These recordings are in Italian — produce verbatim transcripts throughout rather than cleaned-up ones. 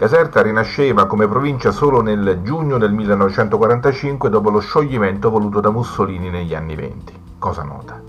Caserta rinasceva come provincia solo nel giugno del millenovecentoquarantacinque dopo lo scioglimento voluto da Mussolini negli anni venti, cosa nota.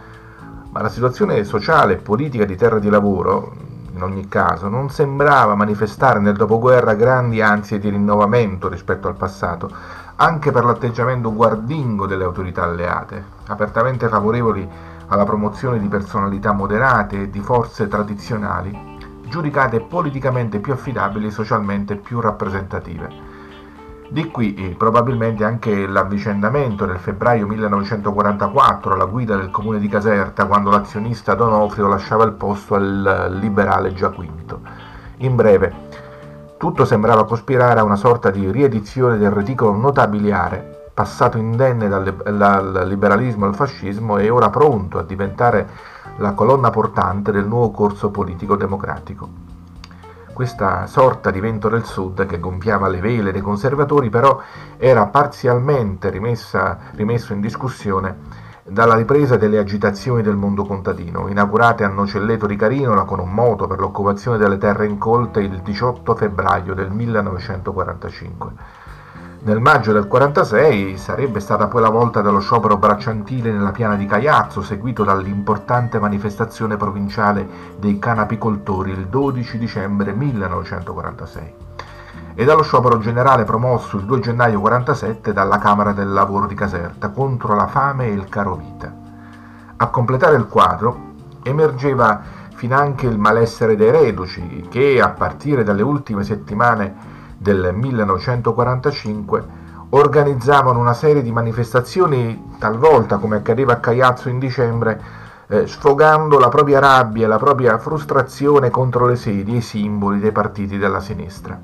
Ma la situazione sociale e politica di Terra di Lavoro, in ogni caso, non sembrava manifestare nel dopoguerra grandi ansie di rinnovamento rispetto al passato, anche per l'atteggiamento guardingo delle autorità alleate, apertamente favorevoli alla promozione di personalità moderate e di forze tradizionali, giudicate politicamente più affidabili e socialmente più rappresentative. Di qui eh, probabilmente anche l'avvicendamento nel febbraio millenovecentoquarantaquattro alla guida del comune di Caserta, quando l'azionista D'Onofrio lasciava il posto al liberale Giaquinto. In breve, tutto sembrava cospirare a una sorta di riedizione del reticolo notabiliare, passato indenne dal, dal liberalismo al fascismo e ora pronto a diventare la colonna portante del nuovo corso politico democratico. Questa sorta di vento del sud che gonfiava le vele dei conservatori però era parzialmente rimessa, rimesso in discussione dalla ripresa delle agitazioni del mondo contadino, inaugurate a Nocelleto di Carinola con un moto per l'occupazione delle terre incolte il diciotto febbraio del millenovecentoquarantacinque. Nel maggio del quarantasei sarebbe stata poi la volta dello sciopero bracciantile nella piana di Caiazzo, seguito dall'importante manifestazione provinciale dei canapicoltori il dodici dicembre millenovecentoquarantasei e dallo sciopero generale promosso il due gennaio quarantasette dalla Camera del Lavoro di Caserta contro la fame e il carovita. A completare il quadro emergeva finanche il malessere dei reduci che, a partire dalle ultime settimane del millenovecentoquarantacinque, organizzavano una serie di manifestazioni, talvolta come accadeva a Caiazzo in dicembre, eh, sfogando la propria rabbia e la propria frustrazione contro le sedi e i simboli dei partiti della sinistra.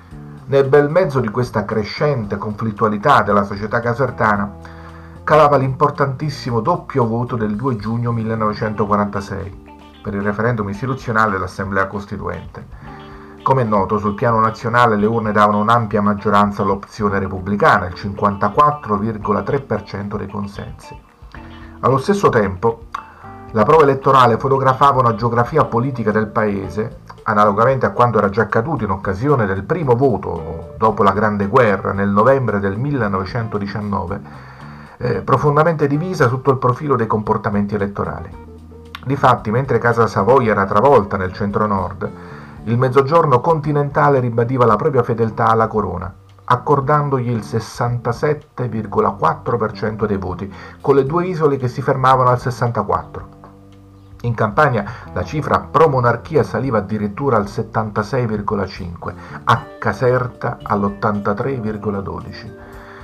Nel bel mezzo di questa crescente conflittualità della società casertana calava l'importantissimo doppio voto del due giugno millenovecentoquarantasei per il referendum istituzionale dell'Assemblea Costituente. Come è noto, sul piano nazionale le urne davano un'ampia maggioranza all'opzione repubblicana, il cinquantaquattro virgola tre per cento dei consensi. Allo stesso tempo, la prova elettorale fotografava una geografia politica del paese, analogamente a quanto era già accaduto in occasione del primo voto dopo la Grande Guerra nel novembre del millenovecentodiciannove, eh, profondamente divisa sotto il profilo dei comportamenti elettorali. Difatti, mentre Casa Savoia era travolta nel centro-nord, il mezzogiorno continentale ribadiva la propria fedeltà alla corona, accordandogli il sessantasette virgola quattro per cento dei voti, con le due isole che si fermavano al sessantaquattro per cento. In Campania la cifra pro-monarchia saliva addirittura al settantasei virgola cinque per cento, a Caserta all'ottantatré virgola dodici per cento.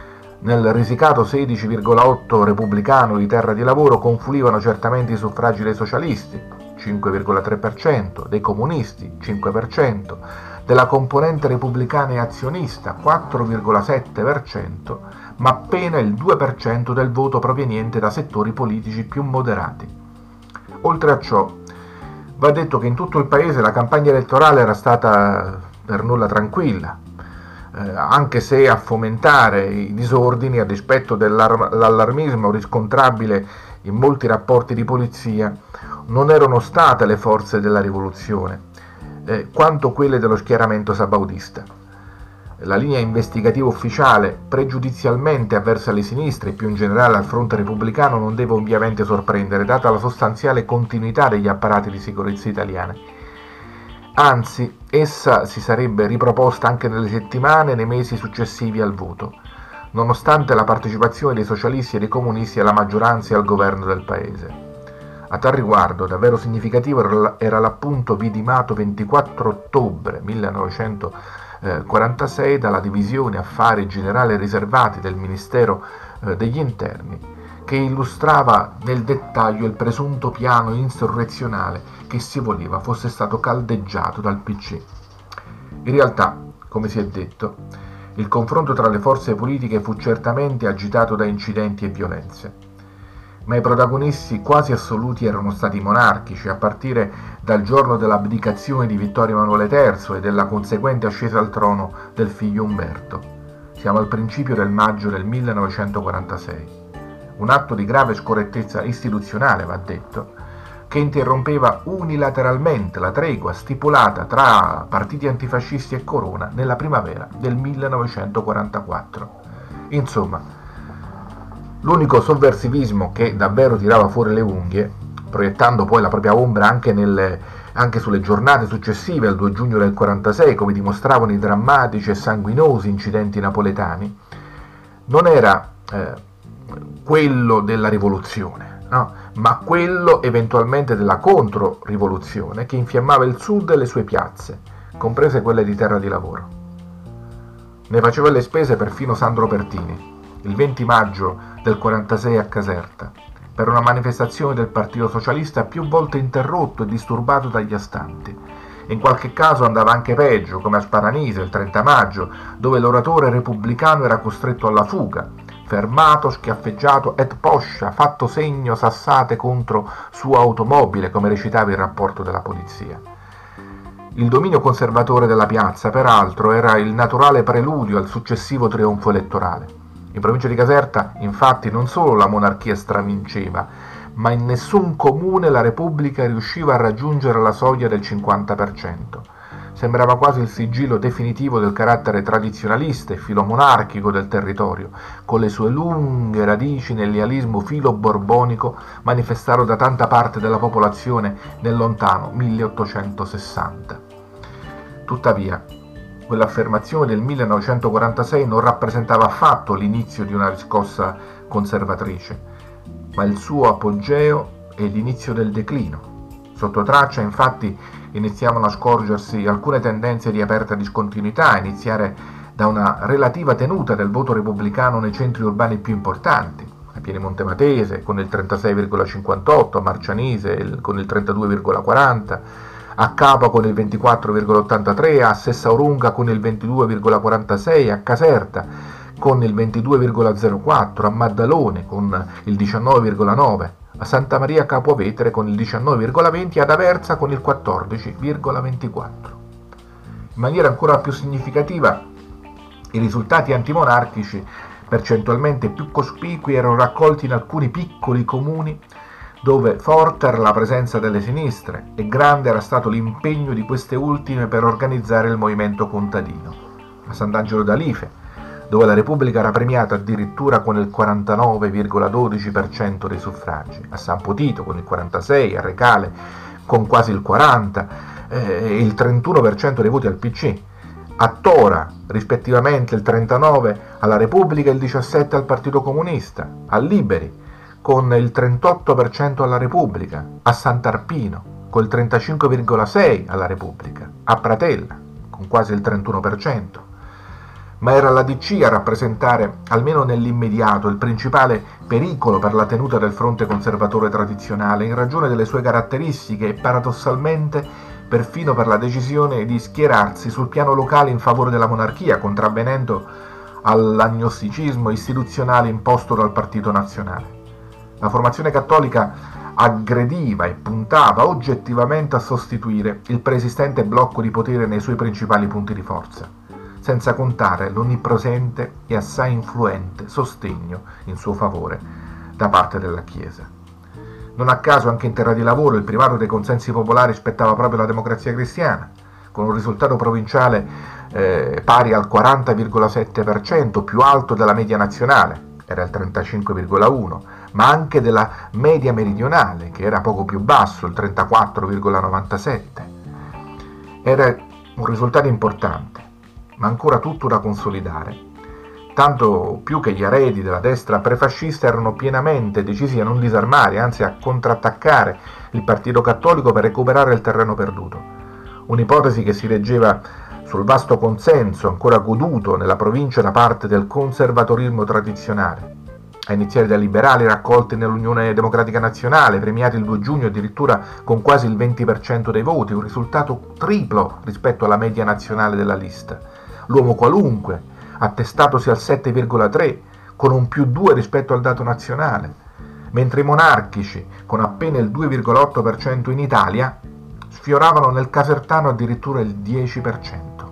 Nel risicato sedici virgola otto per cento repubblicano di Terra di Lavoro confluivano certamente i suffragi dei socialisti, cinque virgola tre per cento, dei comunisti, cinque per cento, della componente repubblicana e azionista, quattro virgola sette per cento, ma appena il due per cento del voto proveniente da settori politici più moderati. Oltre a ciò, va detto che in tutto il paese la campagna elettorale era stata per nulla tranquilla, eh, anche se a fomentare i disordini, a dispetto dell'allarmismo riscontrabile in molti rapporti di polizia, non erano state le forze della rivoluzione, eh, quanto quelle dello schieramento sabaudista. La linea investigativa ufficiale, pregiudizialmente avversa alle sinistre e più in generale al fronte repubblicano, non deve ovviamente sorprendere, data la sostanziale continuità degli apparati di sicurezza italiani. Anzi, essa si sarebbe riproposta anche nelle settimane e nei mesi successivi al voto, nonostante la partecipazione dei socialisti e dei comunisti alla maggioranza e al governo del paese. A tal riguardo, davvero significativo era l'appunto vidimato ventiquattro ottobre millenovecentoquarantasei dalla Divisione Affari Generali Riservati del Ministero degli Interni, che illustrava nel dettaglio il presunto piano insurrezionale che si voleva fosse stato caldeggiato dal P C. In realtà, come si è detto, il confronto tra le forze politiche fu certamente agitato da incidenti e violenze, ma i protagonisti quasi assoluti erano stati monarchici, a partire dal giorno dell'abdicazione di Vittorio Emanuele terzo e della conseguente ascesa al trono del figlio Umberto. Siamo al principio del maggio del millenovecentoquarantasei. Un atto di grave scorrettezza istituzionale, va detto, che interrompeva unilateralmente la tregua stipulata tra partiti antifascisti e Corona nella primavera del millenovecentoquarantaquattro. Insomma, l'unico sovversivismo che davvero tirava fuori le unghie, proiettando poi la propria ombra anche, nelle, anche sulle giornate successive al due giugno del quarantasei, come dimostravano i drammatici e sanguinosi incidenti napoletani, non era eh, quello della rivoluzione, no? Ma quello eventualmente della controrivoluzione che infiammava il sud e le sue piazze, comprese quelle di Terra di Lavoro. Ne faceva le spese perfino Sandro Pertini, il venti maggio del quarantasei a Caserta, per una manifestazione del Partito Socialista più volte interrotto e disturbato dagli astanti. In qualche caso andava anche peggio, come a Sparanise il trenta maggio, dove l'oratore repubblicano era costretto alla fuga, fermato, schiaffeggiato et poscia, fatto segno sassate contro sua automobile, come recitava il rapporto della polizia. Il dominio conservatore della piazza, peraltro, era il naturale preludio al successivo trionfo elettorale. In provincia di Caserta, infatti, non solo la monarchia stravinceva, ma in nessun comune la Repubblica riusciva a raggiungere la soglia del cinquanta per cento. Sembrava quasi il sigillo definitivo del carattere tradizionalista e filomonarchico del territorio, con le sue lunghe radici nell'idealismo filo-borbonico manifestato da tanta parte della popolazione nel lontano milleottocentosessanta. Tuttavia, quell'affermazione del millenovecentoquarantasei non rappresentava affatto l'inizio di una riscossa conservatrice, ma il suo apogeo e l'inizio del declino. Sotto traccia, infatti, iniziavano a scorgersi alcune tendenze di aperta discontinuità, a iniziare da una relativa tenuta del voto repubblicano nei centri urbani più importanti, a Piedemonte Matese con il trentasei virgola cinquantotto, a Marcianise con il trentadue virgola quaranta, a Capua con il ventiquattro virgola ottantatré, a Sessaurunga con il ventidue virgola quarantasei, a Caserta con il ventidue virgola zero quattro, a Maddalone con il diciannove virgola nove, a Santa Maria Capua Vetere con il diciannove virgola venti e ad Aversa con il quattordici virgola ventiquattro. In maniera ancora più significativa, i risultati antimonarchici percentualmente più cospicui erano raccolti in alcuni piccoli comuni dove forte era la presenza delle sinistre e grande era stato l'impegno di queste ultime per organizzare il movimento contadino. A Sant'Angelo d'Alife, dove la Repubblica era premiata addirittura con il quarantanove virgola dodici per cento dei suffragi, a San Potito con il quarantasei per cento, a Recale con quasi il quaranta per cento e eh, il trentuno per cento dei voti al P C, a Tora rispettivamente il trentanove per cento alla Repubblica e il diciassette per cento al Partito Comunista, a Liberi con il trentotto per cento alla Repubblica, a Sant'Arpino con il trentacinque virgola sei per cento alla Repubblica, a Pratella con quasi il trentuno per cento. Ma era la D C a rappresentare, almeno nell'immediato, il principale pericolo per la tenuta del fronte conservatore tradizionale, in ragione delle sue caratteristiche e paradossalmente perfino per la decisione di schierarsi sul piano locale in favore della monarchia, contravvenendo all'agnosticismo istituzionale imposto dal Partito Nazionale. La formazione cattolica aggrediva e puntava oggettivamente a sostituire il preesistente blocco di potere nei suoi principali punti di forza, senza contare l'onnipresente e assai influente sostegno in suo favore da parte della Chiesa. Non a caso anche in Terra di Lavoro il primato dei consensi popolari spettava proprio alla Democrazia Cristiana, con un risultato provinciale eh, pari al quaranta virgola sette per cento, più alto della media nazionale, era il trentacinque virgola uno per cento, ma anche della media meridionale, che era poco più basso, il trentaquattro virgola novantasette per cento. Era un risultato importante, ma ancora tutto da consolidare, tanto più che gli eredi della destra prefascista erano pienamente decisi a non disarmare, anzi a contrattaccare il Partito Cattolico per recuperare il terreno perduto. Un'ipotesi che si reggeva sul vasto consenso ancora goduto nella provincia da parte del conservatorismo tradizionale, a iniziare dai liberali raccolti nell'Unione Democratica Nazionale, premiati il due giugno addirittura con quasi il venti per cento dei voti, un risultato triplo rispetto alla media nazionale della lista. L'uomo qualunque, attestatosi al sette virgola tre per cento, con un più due rispetto al dato nazionale, mentre i monarchici, con appena il due virgola otto per cento in Italia, sfioravano nel casertano addirittura il dieci per cento.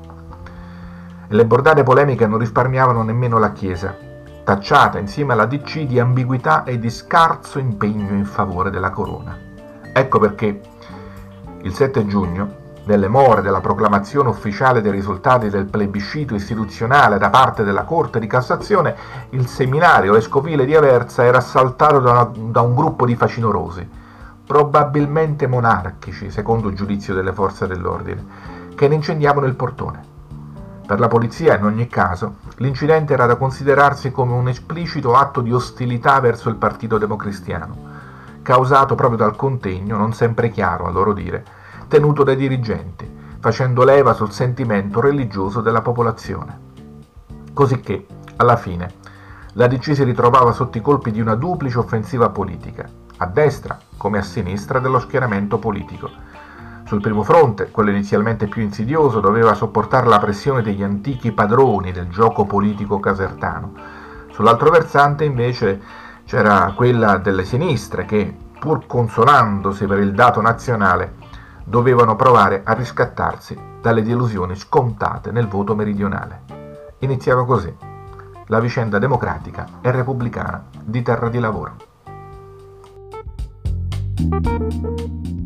E le bordate polemiche non risparmiavano nemmeno la Chiesa, tacciata insieme alla D C di ambiguità e di scarso impegno in favore della corona. Ecco perché il sette giugno, nelle more della proclamazione ufficiale dei risultati del plebiscito istituzionale da parte della Corte di Cassazione, il seminario vescovile di Aversa era assaltato da, una, da un gruppo di facinorosi, probabilmente monarchici, secondo il giudizio delle forze dell'ordine, che ne incendiavano il portone. Per la polizia, in ogni caso, l'incidente era da considerarsi come un esplicito atto di ostilità verso il Partito Democristiano, causato proprio dal contegno, non sempre chiaro a loro dire, tenuto dai dirigenti, facendo leva sul sentimento religioso della popolazione. Cosicché, alla fine, la D C si ritrovava sotto i colpi di una duplice offensiva politica, a destra come a sinistra dello schieramento politico. Sul primo fronte, quello inizialmente più insidioso, doveva sopportare la pressione degli antichi padroni del gioco politico casertano. Sull'altro versante, invece, c'era quella delle sinistre che, pur consolandosi per il dato nazionale, dovevano provare a riscattarsi dalle delusioni scontate nel voto meridionale. Iniziava così la vicenda democratica e repubblicana di Terra di Lavoro.